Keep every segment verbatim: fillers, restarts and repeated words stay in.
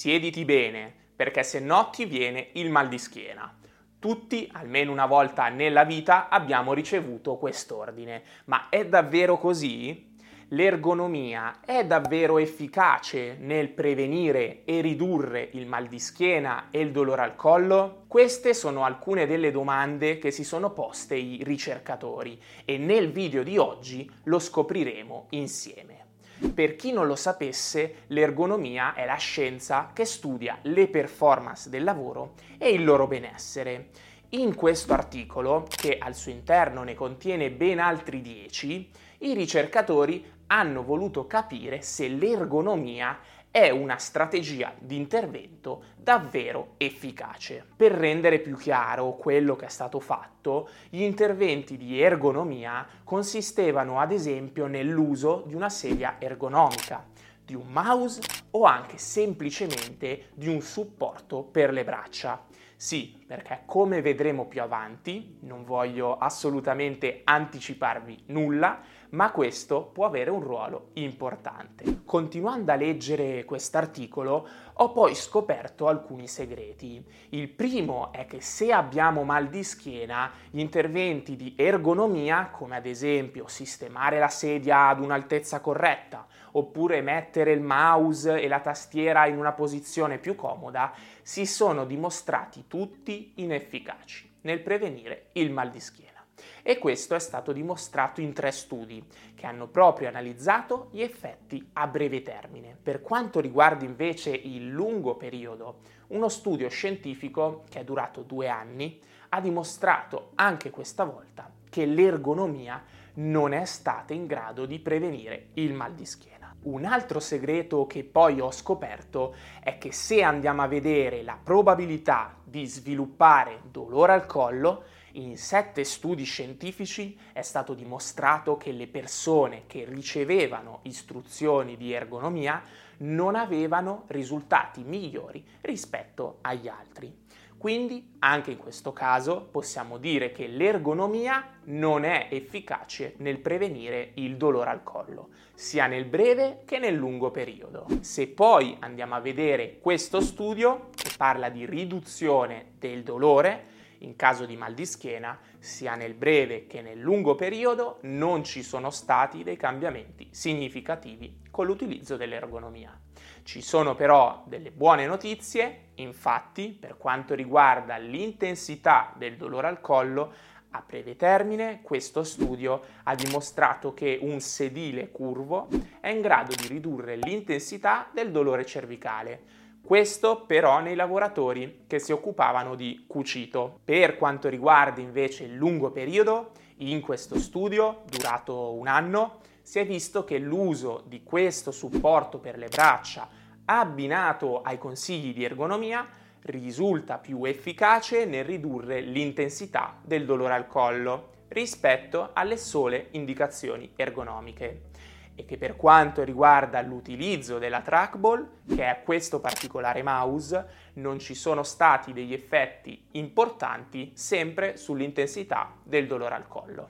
siediti bene, perché se no ti viene il mal di schiena. Tutti, almeno una volta nella vita, abbiamo ricevuto quest'ordine. Ma è davvero così? L'ergonomia è davvero efficace nel prevenire e ridurre il mal di schiena e il dolore al collo? Queste sono alcune delle domande che si sono poste i ricercatori e nel video di oggi lo scopriremo insieme. Per chi non lo sapesse, l'ergonomia è la scienza che studia le performance del lavoro e il loro benessere. In questo articolo, che al suo interno ne contiene ben altri dieci, i ricercatori hanno voluto capire se l'ergonomia è una strategia di intervento davvero efficace. Per rendere più chiaro quello che è stato fatto, gli interventi di ergonomia consistevano ad esempio nell'uso di una sedia ergonomica, di un mouse o anche semplicemente di un supporto per le braccia. Sì, perché come vedremo più avanti, non voglio assolutamente anticiparvi nulla, ma questo può avere un ruolo importante. Continuando a leggere quest'articolo, ho poi scoperto alcuni segreti. Il primo è che se abbiamo mal di schiena, gli interventi di ergonomia, come ad esempio sistemare la sedia ad un'altezza corretta, oppure mettere il mouse e la tastiera in una posizione più comoda, si sono dimostrati tutti inefficaci nel prevenire il mal di schiena. E questo è stato dimostrato in tre studi che hanno proprio analizzato gli effetti a breve termine. Per quanto riguarda invece il lungo periodo, uno studio scientifico che è durato due anni ha dimostrato anche questa volta che l'ergonomia non è stata in grado di prevenire il mal di schiena. Un altro segreto che poi ho scoperto è che se andiamo a vedere la probabilità di sviluppare dolore al collo, in sette studi scientifici è stato dimostrato che le persone che ricevevano istruzioni di ergonomia non avevano risultati migliori rispetto agli altri. Quindi, anche in questo caso, possiamo dire che l'ergonomia non è efficace nel prevenire il dolore al collo, sia nel breve che nel lungo periodo. Se poi andiamo a vedere questo studio, che parla di riduzione del dolore, in caso di mal di schiena, sia nel breve che nel lungo periodo, non ci sono stati dei cambiamenti significativi con l'utilizzo dell'ergonomia. Ci sono però delle buone notizie, infatti, per quanto riguarda l'intensità del dolore al collo, a breve termine questo studio ha dimostrato che un sedile curvo è in grado di ridurre l'intensità del dolore cervicale. Questo però nei lavoratori che si occupavano di cucito. Per quanto riguarda invece il lungo periodo, in questo studio, durato un anno, si è visto che l'uso di questo supporto per le braccia abbinato ai consigli di ergonomia risulta più efficace nel ridurre l'intensità del dolore al collo rispetto alle sole indicazioni ergonomiche. E che per quanto riguarda l'utilizzo della trackball, che è questo particolare mouse, non ci sono stati degli effetti importanti sempre sull'intensità del dolore al collo.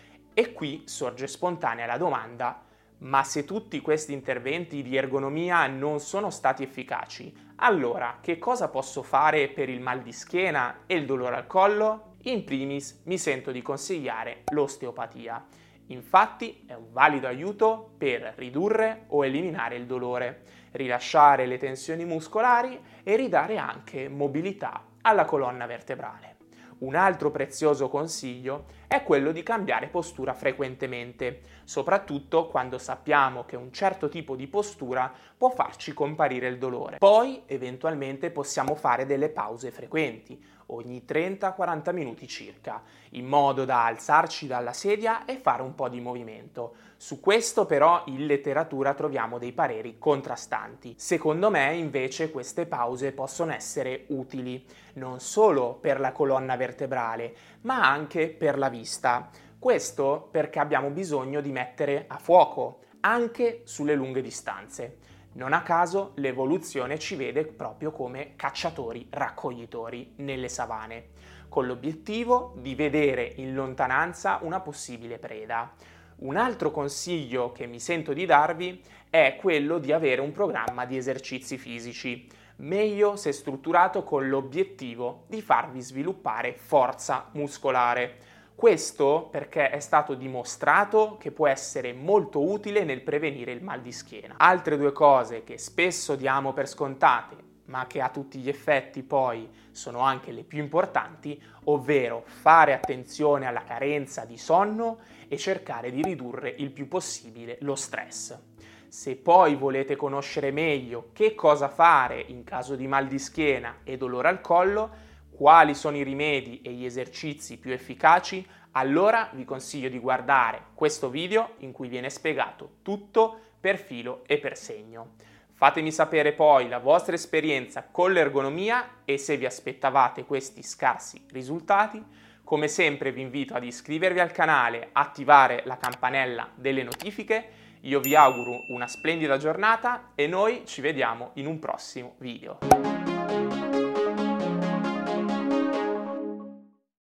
E qui sorge spontanea la domanda: ma se tutti questi interventi di ergonomia non sono stati efficaci, allora che cosa posso fare per il mal di schiena e il dolore al collo? In primis mi sento di consigliare l'osteopatia. Infatti è un valido aiuto per ridurre o eliminare il dolore, rilasciare le tensioni muscolari e ridare anche mobilità alla colonna vertebrale. Un altro prezioso consiglio è quello di cambiare postura frequentemente, soprattutto quando sappiamo che un certo tipo di postura può farci comparire il dolore. Poi, eventualmente, possiamo fare delle pause frequenti, ogni trenta quaranta minuti circa, in modo da alzarci dalla sedia e fare un po' di movimento. Su questo però in letteratura troviamo dei pareri contrastanti. Secondo me invece queste pause possono essere utili, non solo per la colonna vertebrale, ma anche per la vista. Questo perché abbiamo bisogno di mettere a fuoco, anche sulle lunghe distanze. Non a caso l'evoluzione ci vede proprio come cacciatori raccoglitori nelle savane, con l'obiettivo di vedere in lontananza una possibile preda. Un altro consiglio che mi sento di darvi è quello di avere un programma di esercizi fisici. meglio se strutturato con l'obiettivo di farvi sviluppare forza muscolare. Questo perché è stato dimostrato che può essere molto utile nel prevenire il mal di schiena. Altre due cose che spesso diamo per scontate, ma che a tutti gli effetti poi sono anche le più importanti, ovvero fare attenzione alla carenza di sonno e cercare di ridurre il più possibile lo stress. Se poi volete conoscere meglio che cosa fare in caso di mal di schiena e dolore al collo, quali sono i rimedi e gli esercizi più efficaci, allora vi consiglio di guardare questo video in cui viene spiegato tutto per filo e per segno. Fatemi sapere poi la vostra esperienza con l'ergonomia e se vi aspettavate questi scarsi risultati. Come sempre vi invito ad iscrivervi al canale, attivare la campanella delle notifiche. Io vi auguro una splendida giornata e noi ci vediamo in un prossimo video.